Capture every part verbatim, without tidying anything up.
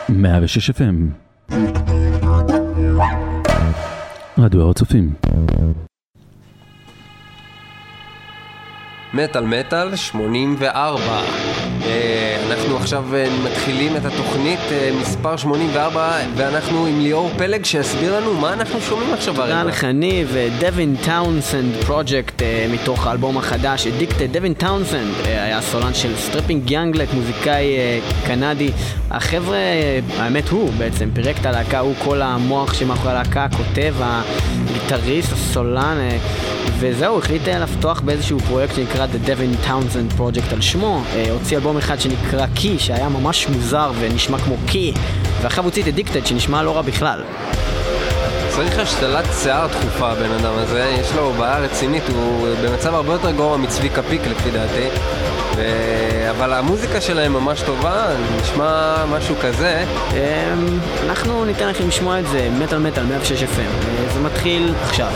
מאה ושש אף אם רדיו הר הצופים. מטל מטל שמונים וארבע. אנחנו עכשיו מתחילים את התוכנית מספר שמונים וארבע, ואנחנו עם ליאור פלג שיסביר לנו מה אנחנו שומעים עכשיו ברקע. תודה לך ניב. דווין טאונסנד פרויקט מתוך האלבום החדש Addicted. דווין טאונסנד היה סולן של סטרפינג יאנגלט, מוזיקאי קנדי. החבר'ה, האמת הוא בעצם פירק את הלהקה, הוא כל המוח שמאחורי הלהקה, כותב, הגיטריסט, הסולן, וזהו, החליט לפתוח באיזשהו פרויקט שנקרא The Devin Townsend Project על שמו. הוציא אלבום אחד שנקרא Key, שהיה ממש מוזר ונשמע כמו Key, ואחר הוציא את Addicted שנשמע לא רע בכלל. צריך השתלת שיער תחופה הבן אדם הזה, יש לו בעיה רצינית, הוא במצב הרבה יותר גרוע מצבי קפיק לפי דעתי, ו... אבל המוזיקה שלהם ממש טובה, נשמע משהו כזה. אנחנו ניתן לכם לשמוע את זה, מטל מטל מאה ושש אף אם, זה מתחיל עכשיו.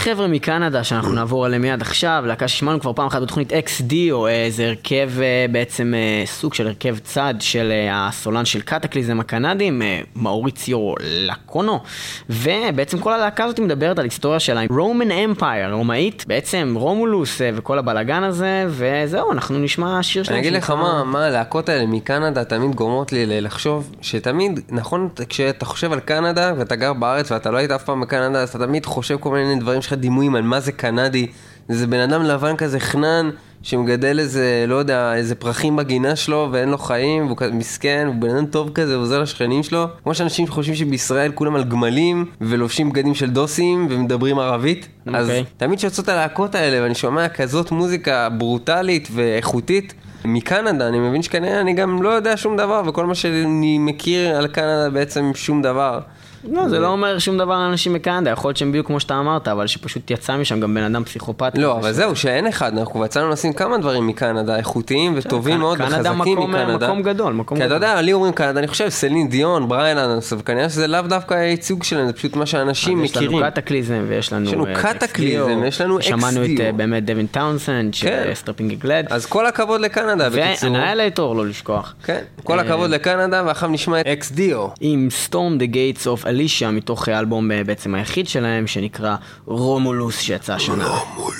חבר'ה מקנדה שאנחנו נעבור עליהם מיד עכשיו, להקה ששמענו כבר פעם אחת בתוכנית אקס די, או איזה הרכב, בעצם סוג של הרכב צד של הסולן של קטקליזם הקנדים, מאוריציו לקונו, ובעצם כל הלהקה הזאת מדברת על היסטוריה שלה, רומן אמפייר, רומאית, בעצם רומולוס וכל הבלגן הזה, וזהו, אנחנו נשמע שיר שלנו. אני אגיד לך מה, מה הלהקות האלה מקנדה תמיד גורמות לי לחשוב, שתמיד, נכון, כשאתה חושב על קנדה ואתה גר בארץ ואתה לא היית אף פעם בקנדה, אז אתה תמיד חושב כל מיני דברים שלך דימויים על מה זה קנדי. זה בן אדם לבן כזה חנן שמגדל איזה, לא יודע, איזה פרחים בגינה שלו ואין לו חיים, והוא מסכן, הוא בן אדם טוב כזה, הוא עוזר לשכנים שלו. כמו שאנשים חושבים שבישראל כולם על גמלים ולובשים בגדים של דוסים ומדברים ערבית. Okay. אז תמיד שיוצאות הלהקות האלה ואני שומע כזאת מוזיקה ברוטלית ואיכותית מקנדה, אני מבין שכנראה אני גם לא יודע שום דבר, וכל מה שאני מכיר על קנדה בעצם שום דבר. לא, זה לא אומר שום דבר על אנשים מקנדה, יכול להיות שהם בדיוק כמו שאתה אמרת, אבל שפשוט יצא משם גם בן אדם פסיכופת. לא, אבל זהו, שאין אחד, אנחנו יצאנו לשים כמה דברים מקנדה, איכותיים וטובים מאוד וחזקים מקנדה. מקום גדול, מקום גדול. כי אתה יודע, לי אומרים קנדה, אני חושב, סלין דיון, בריין אדמס, וכנראה שזה לאו דווקא הייצוג שלהם, זה פשוט מה שאנשים מכירים. יש לנו קטקליזם ויש לנו קטקליזם, ויש לנו אקס די או. שמענו את באמת דווין טאונסנד, סטרפינג גלד. אז כל הכבוד לקנדה, בקיצור. והאנהילטור, לא לשכוח. כן, כל הכבוד לקנדה, ואחר נשמע את אקס די או. עם Storm the Gates of Alicia, מתוך האלבום בעצם היחיד שלהם, שנקרא רומולוס, שיצא השנה. רומולוס.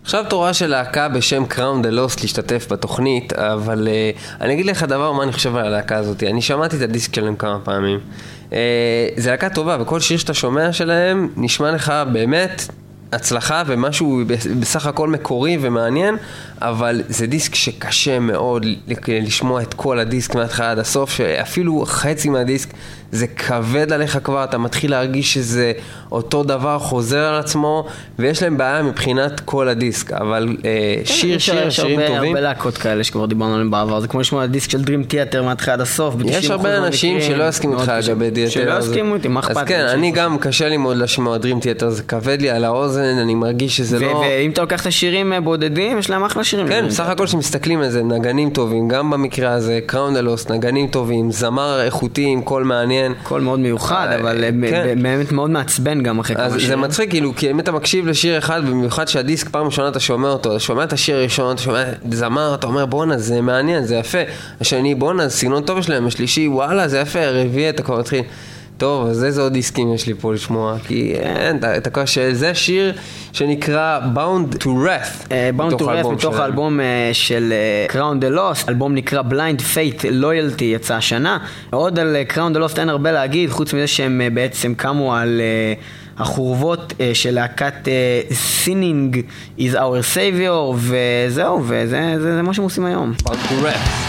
עכשיו תורה של להקה בשם Crown the Lost להשתתף בתוכנית, אבל uh, אני אגיד לך דבר מה אני חושב על הלהקה הזאת. אני שמעתי את הדיסק שלהם כמה פעמים. Uh, זה להקה טובה, וכל שיר שאתה שומע שלהם נשמע לך באמת הצלחה ומשהו בסך הכל מקורי ומעניין, אבל זה דיסק שקשה מאוד לשמוע את כל הדיסק מההתחלה עד הסוף, שאפילו חצי מהדיסק זה כבד עליך כבר, אתה מתחיל להרגיש שזה אותו דבר חוזר על עצמו, ויש להם בעיה מבחינת כל הדיסק, אבל שיר, שיר, שירים טובים. יש הרבה להקות כאלה שכבר דיברנו עליהם בעבר, זה כמו לשמוע דיסק של Dream Theater מההתחלה עד הסוף. יש הרבה אנשים שלא יסכימו איתך לגבי דיאטר. שלא יסכימו איתי, מה אכפת? אז כן, אני גם קשה לי מאוד לשמוע Dream Theater, זה כבד לי על האוזן, אני מרגיש שזה לא... ואם אתה לוקח את השירים בודדים, יש להם אחלה שירים. כן, בסך הכל שמסתכלים על זה, נגנים טובים, גם במקרה הזה, Crown the Lost, נגנים טובים, זמר איכותי עם קול מעניין. קול מאוד מיוחד, אבל באמת מאוד מעצבן גם אחרי כמה שירים. זה מצחיק, כאילו, כי אם אתה מקשיב לשיר אחד, במיוחד שהדיסק פעם ראשונה אתה שומע אותו, אתה שומע את השיר הראשון, אתה שומע זמר, אתה אומר, בונה, זה מעניין, זה יפה. השני, בונה, סגנון טוב שלהם, השלישי, וואלה, זה יפה, רביעי, אתה כבר מתחיל. טוב, אז איזה עוד דיסקים יש לי פה לשמוע? כי אין, אתה קורא שזה שיר שנקרא Bound to Wrath. Bound to Wrath, מתוך האלבום של Crown the Lost. האלבום נקרא Blind Faith Loyalty, יצא השנה. עוד על Crown the Lost אין הרבה להגיד, חוץ מזה שהם בעצם קמו על החורבות של להקת Sinning is our savior, וזהו, וזה מה שהם עושים היום. Bound to Wrath.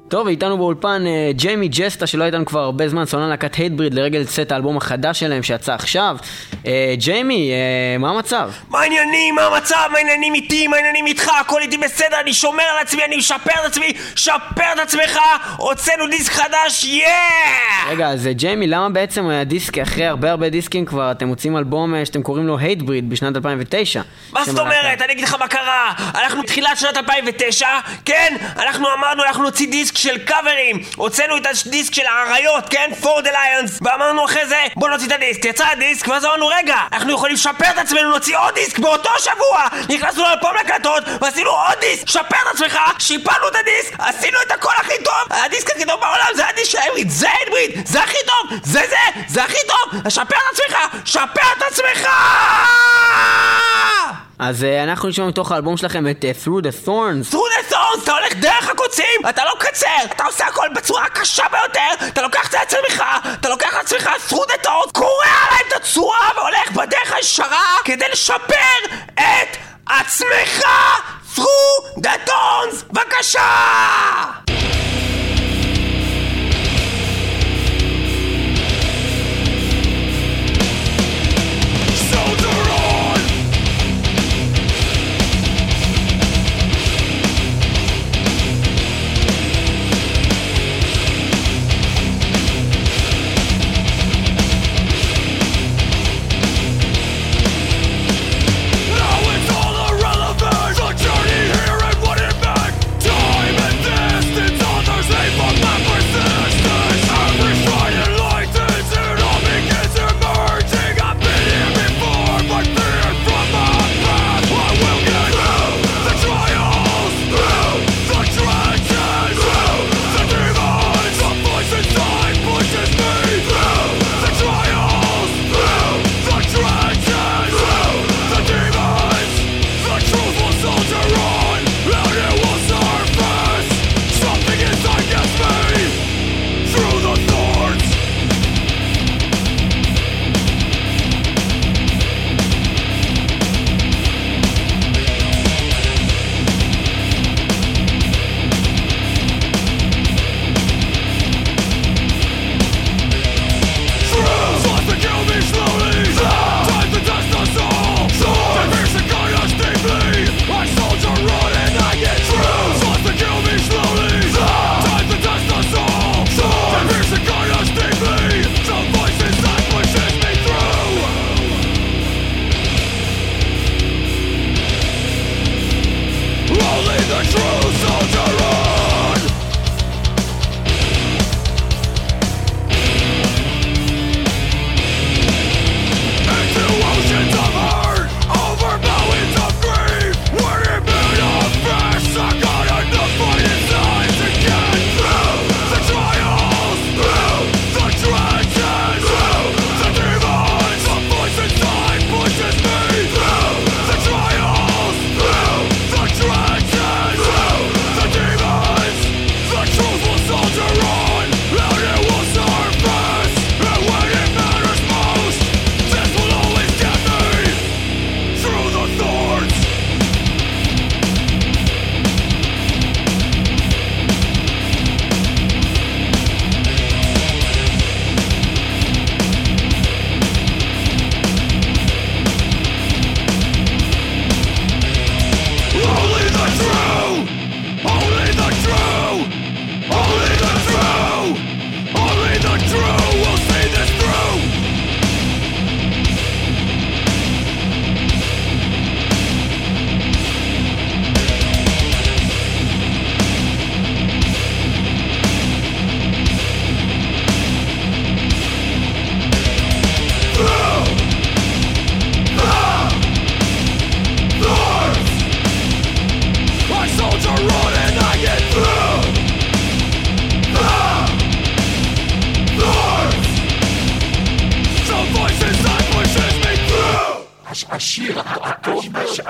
טוב, איתנו באולפן ג'יימי ג'סטה, שלא איתנו כבר הרבה זמן, סולן להקת הייטבריד לרגל צאת האלבום החדש שלהם שיצא עכשיו. ג'יימי, מה המצב? מה העניינים? מה המצב? מה העניינים איתי? מה העניינים איתך? הכל איתי בסדר, אני שומר על עצמי, אני משפר את עצמי, שפר את עצמך, הוצאנו דיסק חדש, יאה! רגע, אז ג'יימי, למה בעצם הדיסק, אחרי הרבה הרבה דיסקים כבר, אתם מוצאים אלבום שאתם קוראים לו הייטבריד בשנת אלפיים ותשע? מה זאת אומרת? אני אגיד לך מה קרה. אנחנו תחילת שנת אלפיים ותשע, כן? אנחנו אמרנו, אנחנו נוציא דיסק של קאברים, הוצאנו את הדיסק של האריות, כן? For the Lions, ואמרנו אחרי זה, בוא נוציא את הדיסק, יצא הדיסק, ואז אמרנו, רגע, אנחנו יכולים לשפר את עצמנו, נוציא עוד דיסק באותו שבוע. נכנסנו לאלבום להקלטות, ועשינו עוד דיסק, שפר את עצמך, שיפרנו את הדיסק, עשינו את הכל הכי טוב, הדיסק הכי טוב בעולם, זה הדיסק של הייטבריד, זה הייטבריד, זה הכי טוב, זה זה, זה הכי טוב, שפר את עצמך, שפר את עצמך! אז uh, אנחנו נשמע מתוך האלבום שלכם את uh, Through the Thorns. Through the Thorns, אתה הולך דרך הקוצים, אתה לא קצר, אתה עושה הכל בצורה הקשה ביותר, אתה לוקח את זה עצמך, אתה לוקח את עצמך Through the Thorns, קורא עליהם את הצורה והולך בדרך הישרה כדי לשפר את עצמך Through the Thorns, בבקשה! השיר הטוב,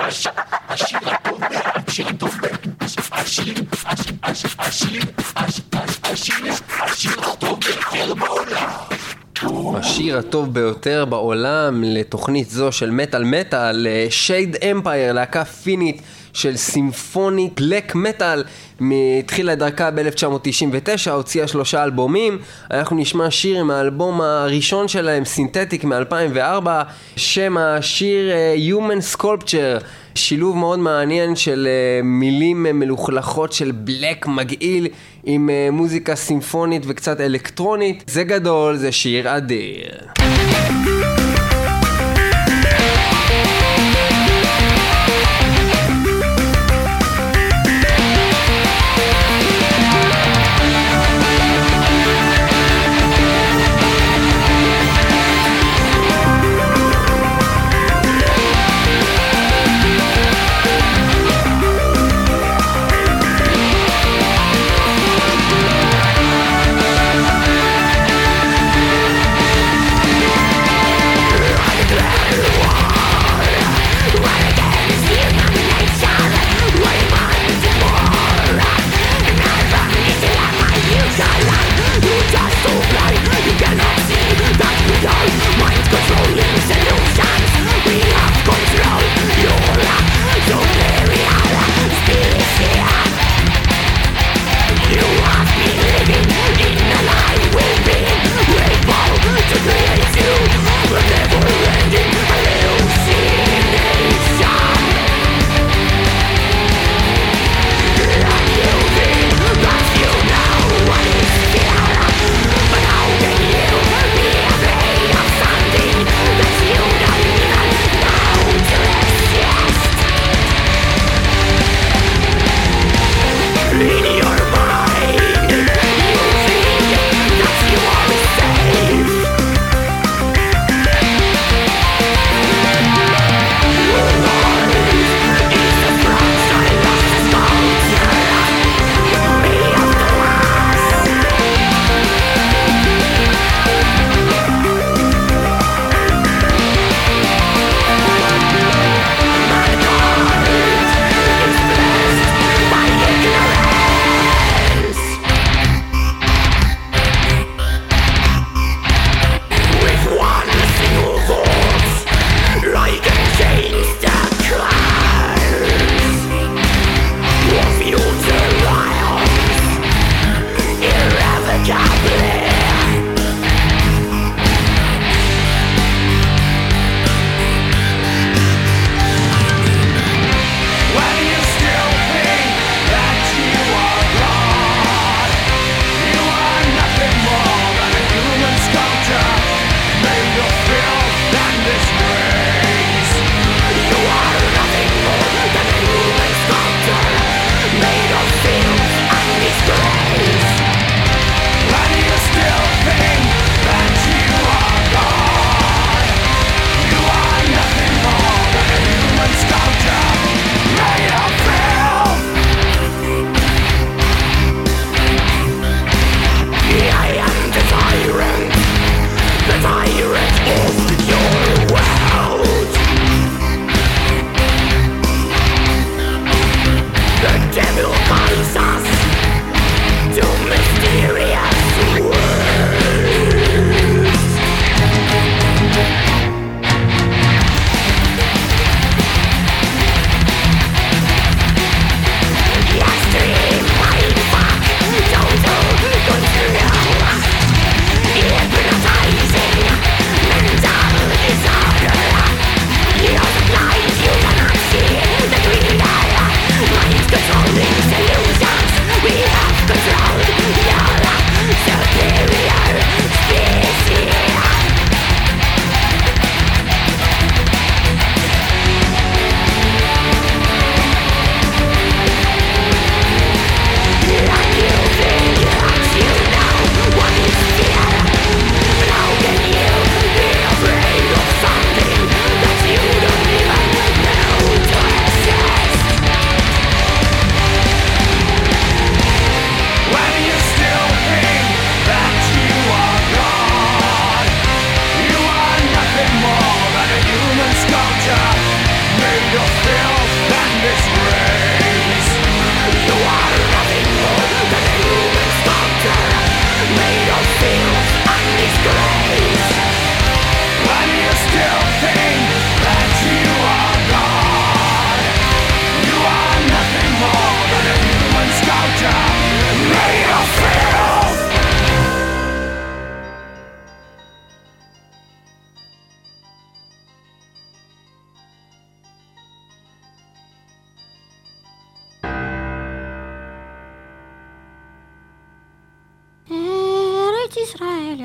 השיר הטוב, השיר הטוב, השיר, השיר, השיר, השיר הטוב ביותר בעולם. השיר הטוב ביותר בעולם לתוכנית זו של מטל מטל, שייד אמפייר, להקה פינית של סימפוני בלק מטל, מתחילה דרכה ב-אלף תשע מאות תשעים ותשע, הוציאה שלושה אלבומים. אנחנו נשמע שיר עם האלבום הראשון שלהם, סינתטיק מ-אלפיים וארבע, שם השיר Human Sculpture, שילוב מאוד מעניין של מילים מלוכלכות של בלק מגעיל עם מוזיקה סימפונית וקצת אלקטרונית. זה גדול, זה שיר אדיר. We'll be right back.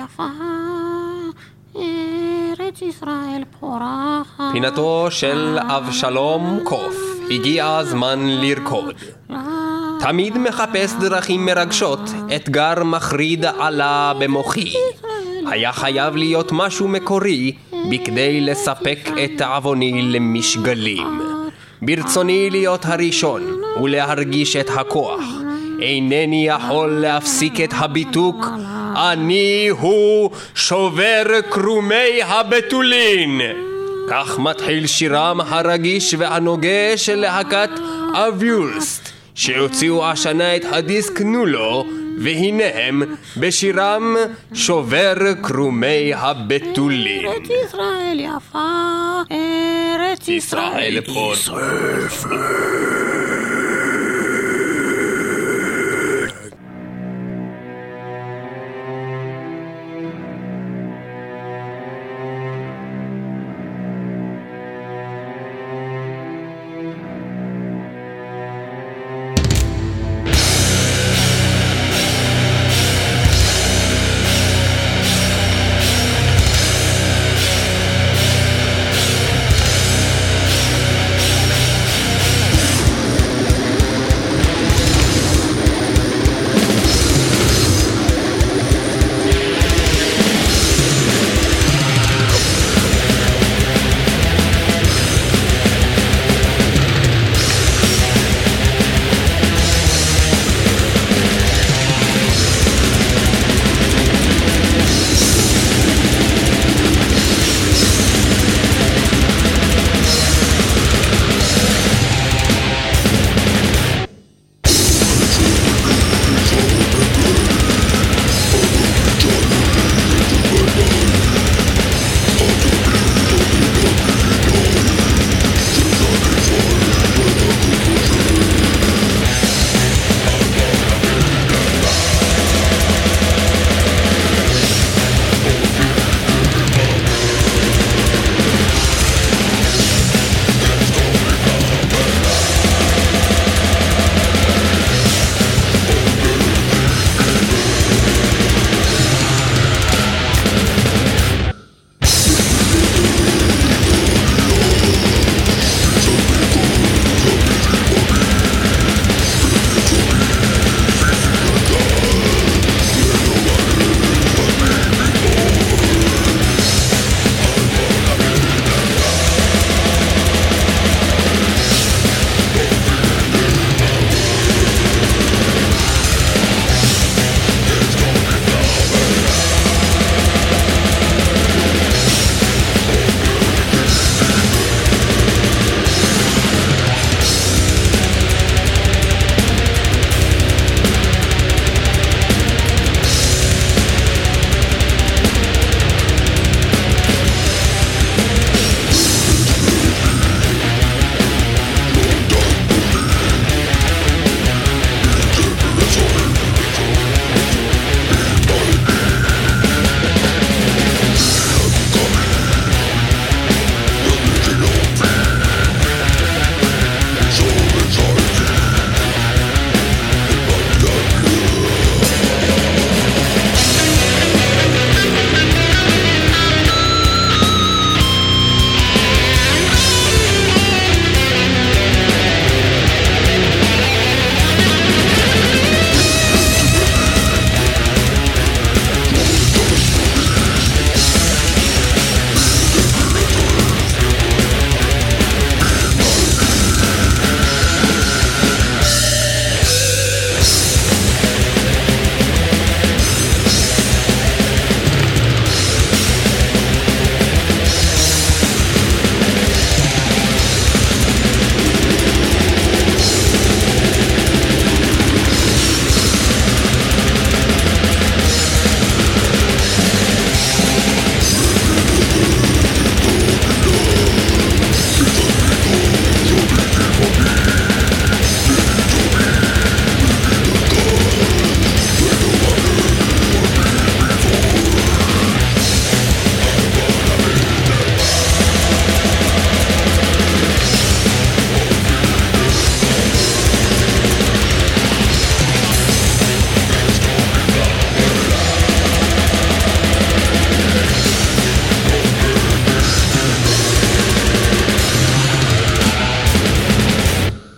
יפה, ארץ ישראל פורחת. פינתו של אבשלום קוף, הגיע הזמן לרקוד. תמיד מחפש דרכים מרגשות, אתגר מחריד עלה במוחי. היה חייב להיות משהו מקורי, בכדי לספק את תעווני למשגלים. ברצוני להיות הראשון, ולהרגיש את הכוח. אינני יכול להפסיק את הביטוק, אני הוא שובר קרומי הבתולין. כך מתחיל שירם הרגיש והנוגה של להקת אביולסט, שהוציאו השנה את הדיסק נולו, והנה הם בשירם שובר קרומי הבתולין. ארץ ישראל יפה, ארץ ישראל פוד.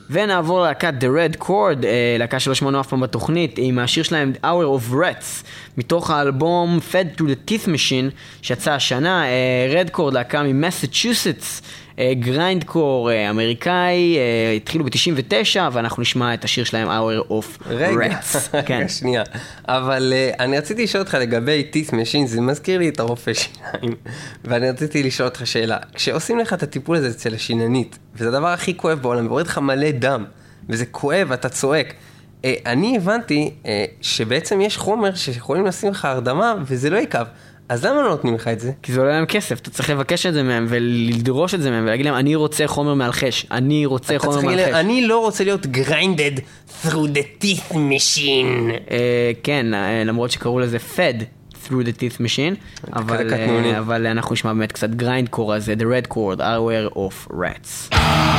ונעבור להקת The Red Chord, להקה שלא שמענו אף פעם בתוכנית, עם השיר שלהם Hour of Rats, מתוך האלבום Fed to the Teeth Machine, שיצא השנה. Red Chord, להקה ממסצ'וסטס, גריינדקור אמריקאי, התחילו ב-תשעים ותשע, ואנחנו נשמע את השיר שלהם Hour of Rats. רגע, שנייה. אבל אני רציתי לשאול אותך לגבי Teeth Machine, זה מזכיר לי את הרופא שיניים, ואני רציתי לשאול אותך שאלה. כשעושים לך את הטיפול הזה אצל השיננית, וזה הדבר הכי כואב בעולם, ועורד לך מלא דם, וזה כואב, אתה צועק, אני הבנתי שבעצם יש חומר שיכולים לשים לך הרדמה, וזה לא יקב. אז למה לא נותנים לך את זה? כי זה עולה להם כסף, אתה צריך לבקש את זה מהם ולדרוש את זה מהם ולהגיד להם, אני רוצה חומר מהלחש, אני רוצה חומר מהלחש. אני לא רוצה להיות grinded through the teeth machine. כן, למרות שקראו לזה fed through the teeth machine, אבל אנחנו נשמע באמת קצת grindcore הזה, the red chord, Hour of Rats.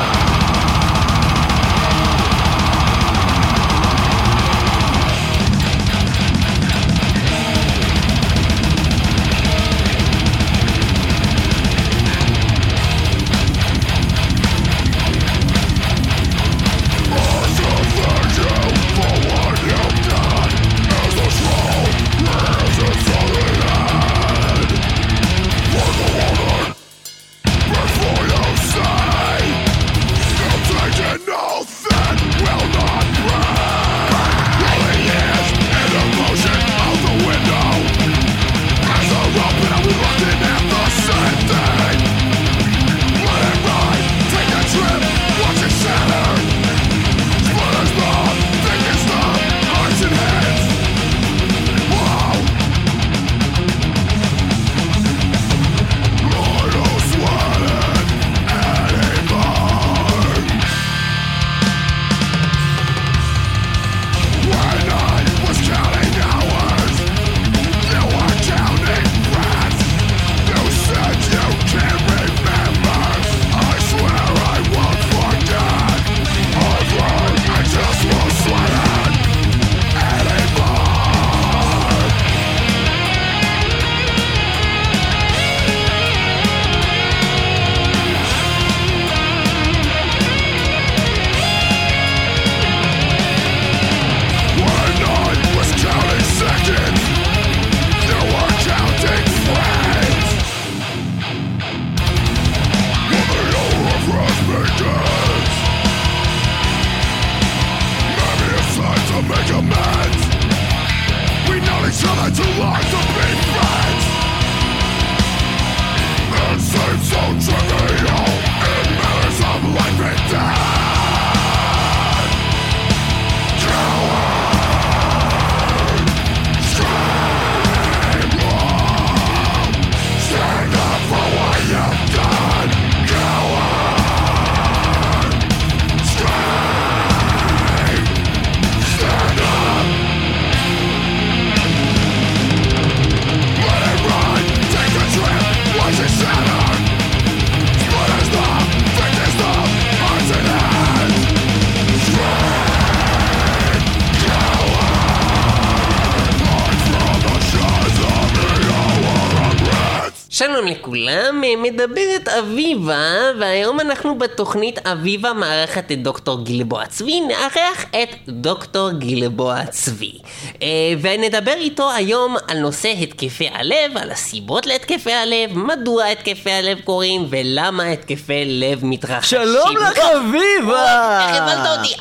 שלום לכולם, מדברת אביבה, והיום אנחנו בתוכנית אביבה מארחת את דוקטור גלבוע צבי, נארח את דוקטור גלבוע צבי. ונדבר איתו היום על נושא התקפי הלב, על הסיבות להתקפי הלב, מדוע התקפי הלב קורים, ולמה התקפי לב מתרחשים. שלום לך אביבה! איך הבלת אותי?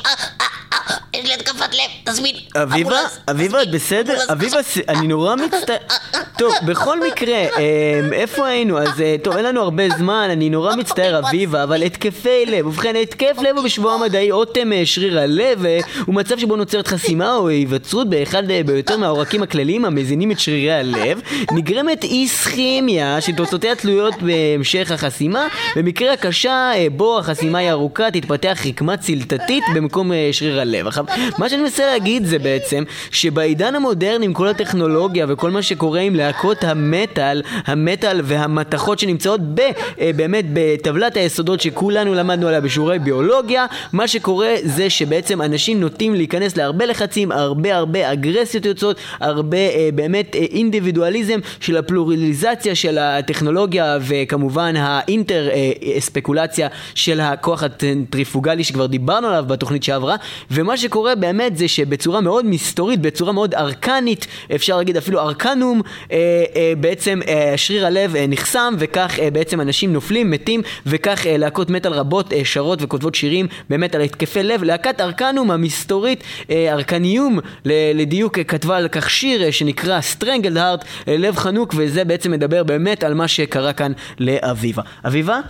יש לי התקפת לב, תזמין. אביבה? אביבה, את בסדר? אביבה, אני נורא מצטער. טוב, בכל מקרה, איפה היינו? אז טוב, אין לנו הרבה זמן, אני נורא מצטער אביבה, אבל התקפי לב, ובכן, התקף לב הוא בשבוע המדעי אוטם שריר הלב, הוא מצב שבו נוצרת חסימה או היווצרות באחד ביותר מהעורקים הכלליים המזינים את שרירי הלב, נגרמת איסכימיה שתוצאותיה תלויות בהמשך החסימה, במקרה הקשה בו החסימה היא ארוכה תתפתח רקמה צלטתית במקום שריר הלב. עכשיו, מה שאני מנסה להגיד זה בעצם שבעידן המודרני עם כל הטכנולוגיה וכל מה שקורה עם להקות המטל, המטל והמתכות שנמצאות ב, באמת בטבלת היסודות שכולנו למדנו עליה בשיעורי ביולוגיה, מה שקורה זה שבעצם אנשים נוטים להיכנס להרבה לחצים, הרבה הרבה אגרסיות יוצאות, הרבה באמת אינדיבידואליזם של הפלורליזציה של הטכנולוגיה וכמובן האינטר ספקולציה של הכוח הטריפוגלי שכבר דיברנו עליו בתוכנית שעברה. ומה שקורה באמת זה שבצורה מאוד מסתורית, בצורה מאוד ארקנית, אפשר להגיד אפילו ארקנום, אה, אה, בעצם אה, שריר הלב אה, נחסם, וכך אה, בעצם אנשים נופלים, מתים, וכך אה, להקות מטל רבות אה, שרות וכותבות שירים באמת על התקפי לב. להקת ארקנום המסתורית, אה, ארקניום לדיוק, אה, כתבה על כך שיר אה, שנקרא Strangled Heart, אה, לב חנוק, וזה בעצם מדבר באמת על מה שקרה כאן לאביבה. אביבה?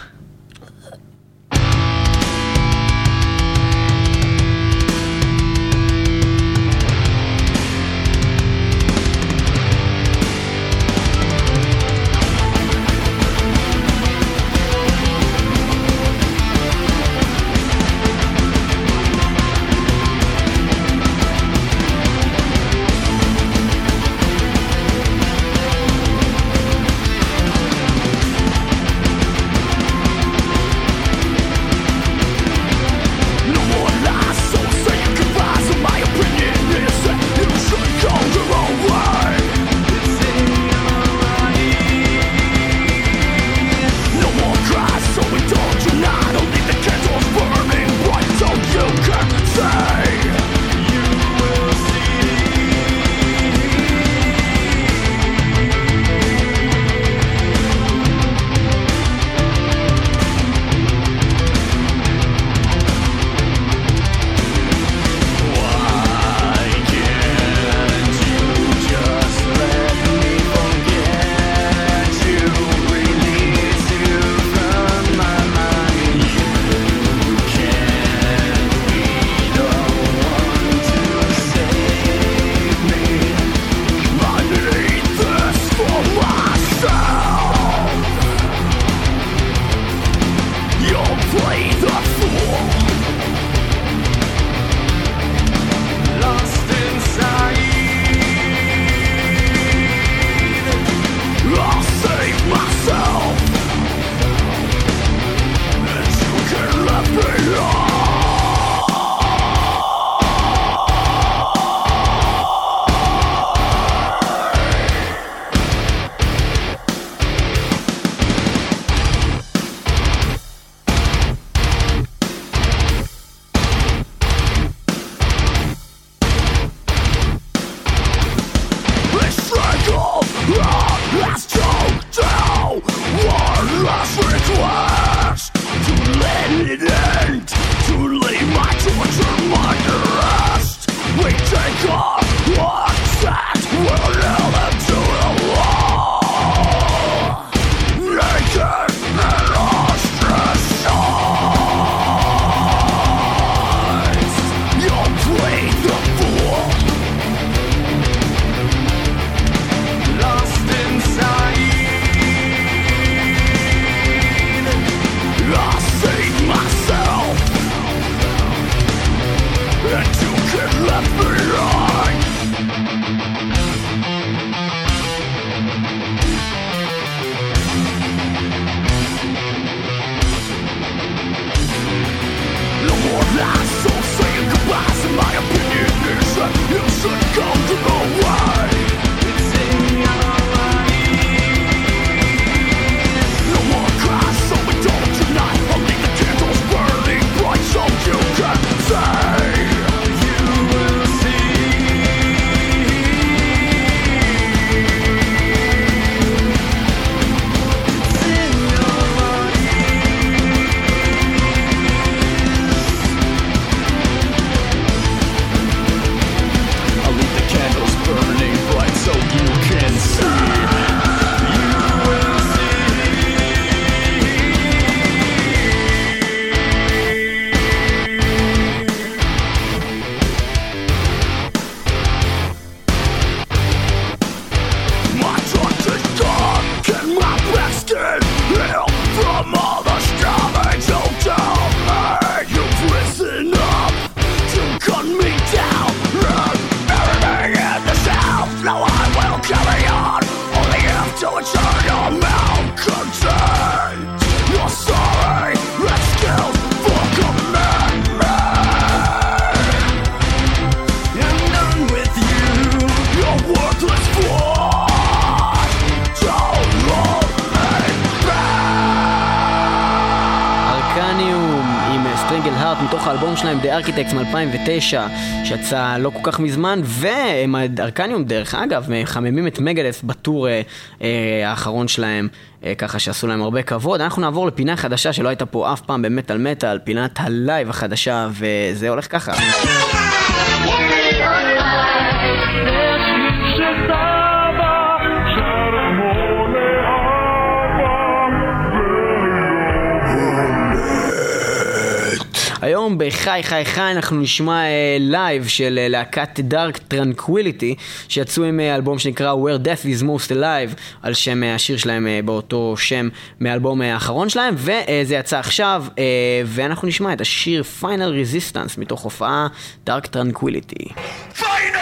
ארקניום עם סטרינגל הארט מתוך האלבום שלהם The Architects מ-אלפיים ותשע שיצא לא כל כך מזמן, והם ארקניום דרך אגב מחממים את מגדס בטור אה, אה, האחרון שלהם, אה, ככה שעשו להם הרבה כבוד. אנחנו נעבור לפינה חדשה שלא הייתה פה אף פעם במטל מטל, פינת הלייב החדשה, וזה הולך ככה. היום בחי חי חי אנחנו נשמע לייב uh, של uh, להקת דארק טרנקוויליטי שיצאו עם uh, אלבום שנקרא Where Death is Most Alive, על שם uh, השיר שלהם uh, באותו שם מאלבום uh, האחרון שלהם, וזה uh, יצא עכשיו uh, ואנחנו נשמע את השיר Final Resistance מתוך הופעה דארק טרנקוויליטי. Final!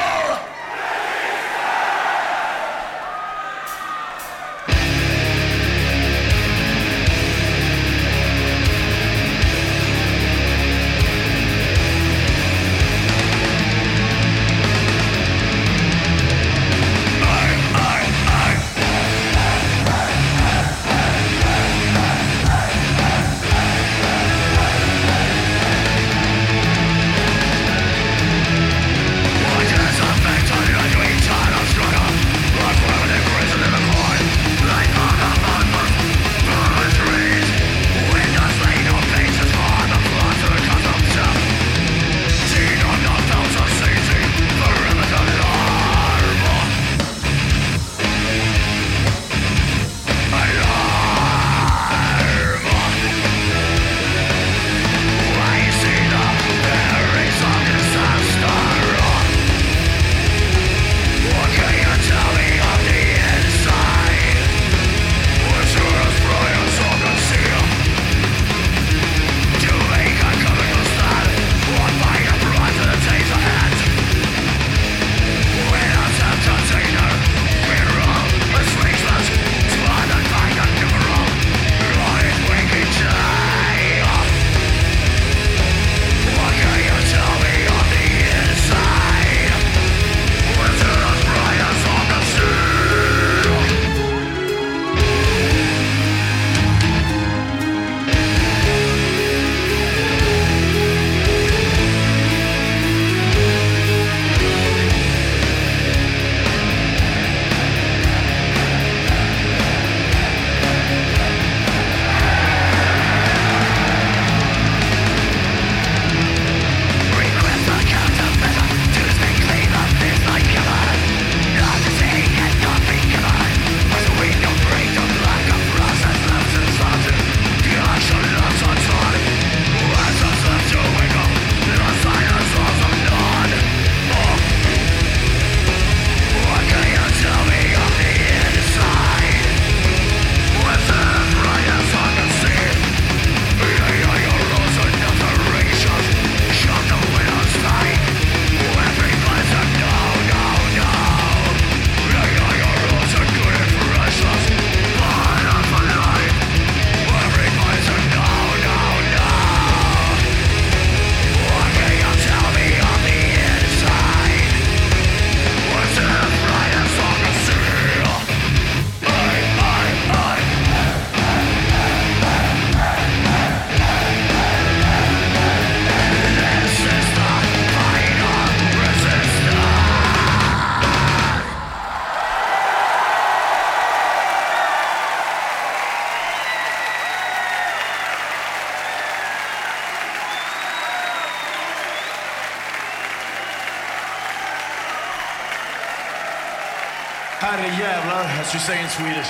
Herrejävlar, as you say in Swedish.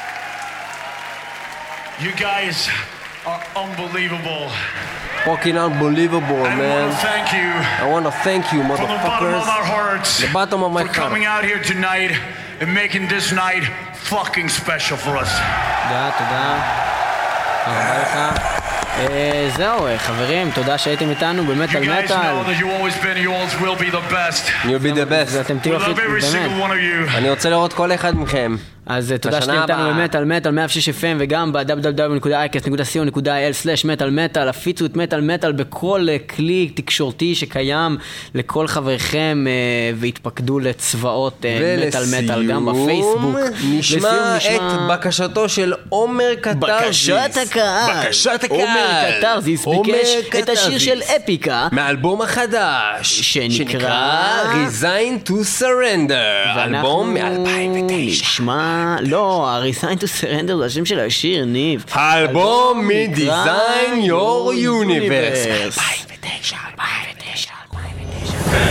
You guys are unbelievable. Fucking unbelievable, I man. want to thank you. I want to thank you, from the bottom motherfuckers. of our hearts. The bottom of my for heart. coming out here tonight and making this night fucking special for us. תודה, תודה. תודה לך. זהו, חברים, תודה שהייתם איתנו במטל מטל. You guys know that you always been, you always will be the best. You'll be the best. ואתם תהיו הכי, באמת. אני רוצה לראות כל אחד מכם. אז תודה שאתם איתנו במטל מטל מאה ושש אף אם וגם ב-דאבליו דאבליו דאבליו נקודה אייקס נקודה סי או נקודה איי אל סלאש מטל מטל. הפיצו את מטל מטל בכל כלי תקשורתי שקיים לכל חבריכם והתפקדו לצבאות מטל מטל גם בפייסבוק. נשמע את בקשתו של עומר קטרזיס. בקשת הקהל. בקשת הקהל. עומר קטרזיס ביקש את השיר של אפיקה מאלבום החדש שנקרא Resign to Surrender, אלבום מ-אלפיים ותשע. נשמע, לא, Resign to Surrender זה השם של השיר, ניב. האלבום מ-Design Your Universe. אלפיים ותשע, אלפיים ותשע, אלפיים ותשע.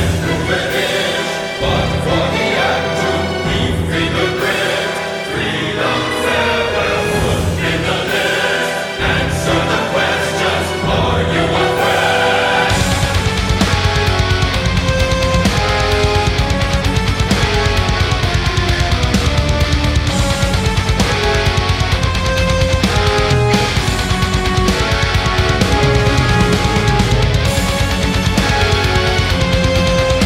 We'll be right back.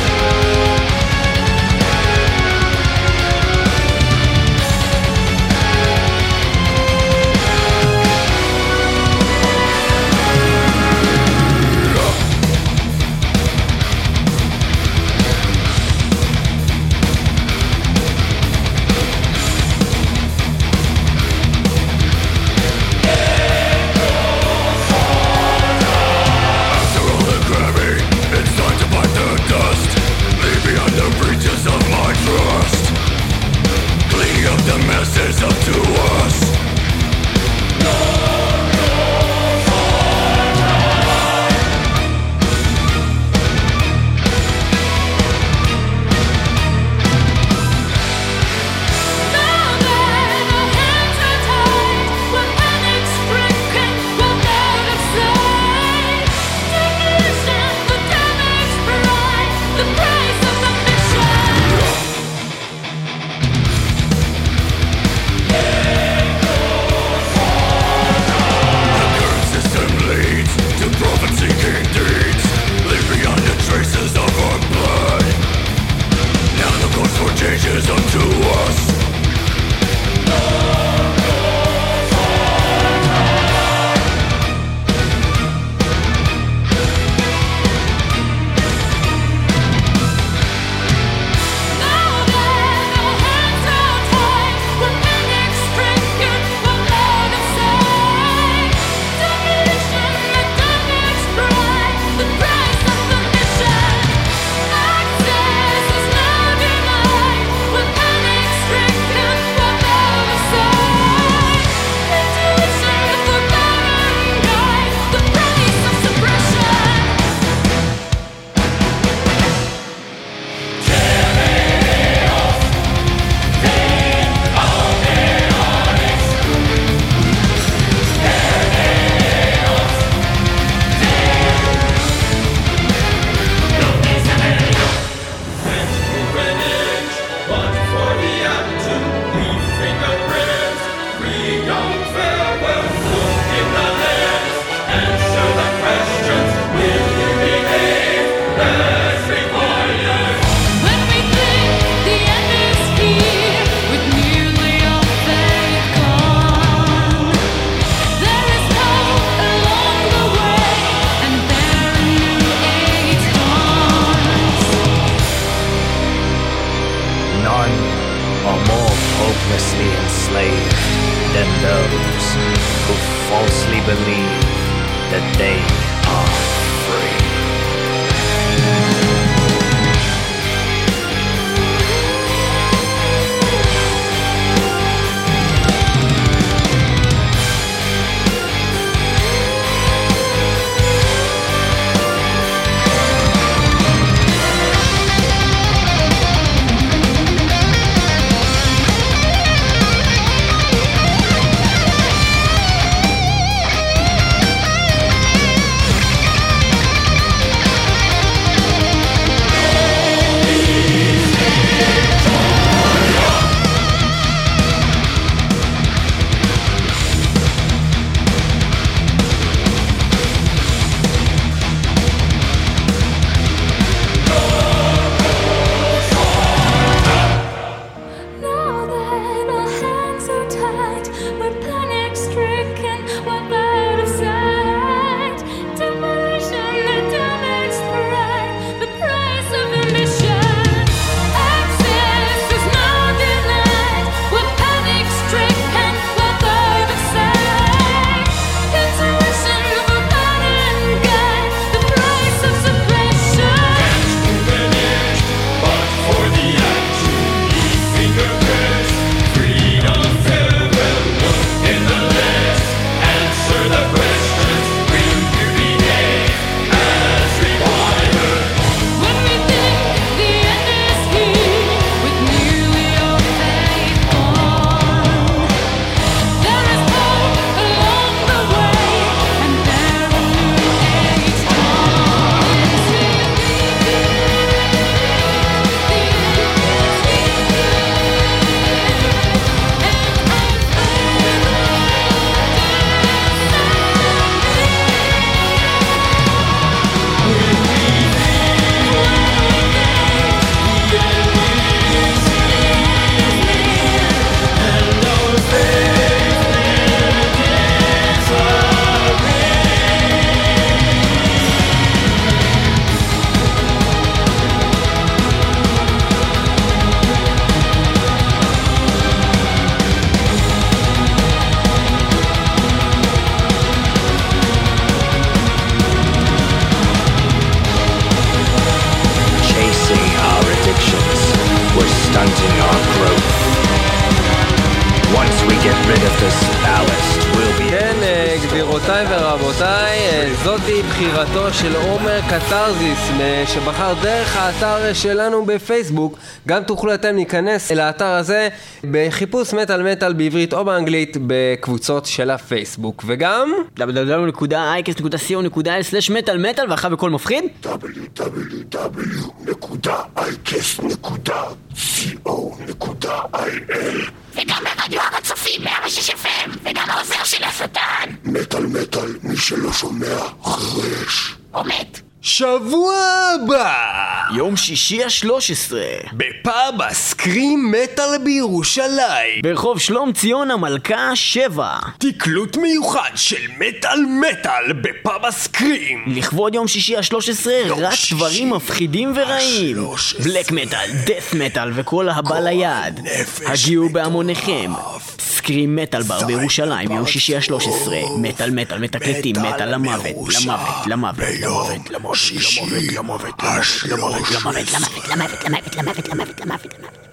גבירותיי ורבותיי, זאתי בחירתו של עומר קטרזיס שבחר דרך האתר שלנו בפייסבוק. גם תוכלו אתם להיכנס אל האתר הזה בחיפוש מטל מטל בעברית או באנגלית בקבוצות של הפייסבוק, וגם דאבליו דאבליו דאבליו נקודה אייקס נקודה סי או נקודה איי אל סלש מטל מטל, ואחר בכל מפחיד דאבליו דאבליו דאבליו נקודה אייקס נקודה סי או נקודה איי אל, וגם ברדיו הר הצופים מאה ושש אף אם, וגם העוזר של השטן. מטל מטל, מי שלא שומע חרש או מת. שבוע הבא יום שישי השלוש עשרה בפאב הסקרים מטל בירושלים, ברחוב שלום ציון המלכה שבע, תקלוט מיוחד של מטל מטל בפאב הסקרים לכבוד יום שישי השלוש עשרה. רק שישי דברים מפחידים ורעים, השלוש עשרה. בלק מטל, דף מטל וכל הבא ליד. הגיעו בהמוניכם. סקרים מטל בר בירושלים יום שישי השלוש עשרה. מטל מטל מתקלטים מטל למוות, למוות, למוות, למוות, למוות, למוות, למוות, למוות, למוות, למוות, למוות, למוות, למוות, למוות, למוות, למוות.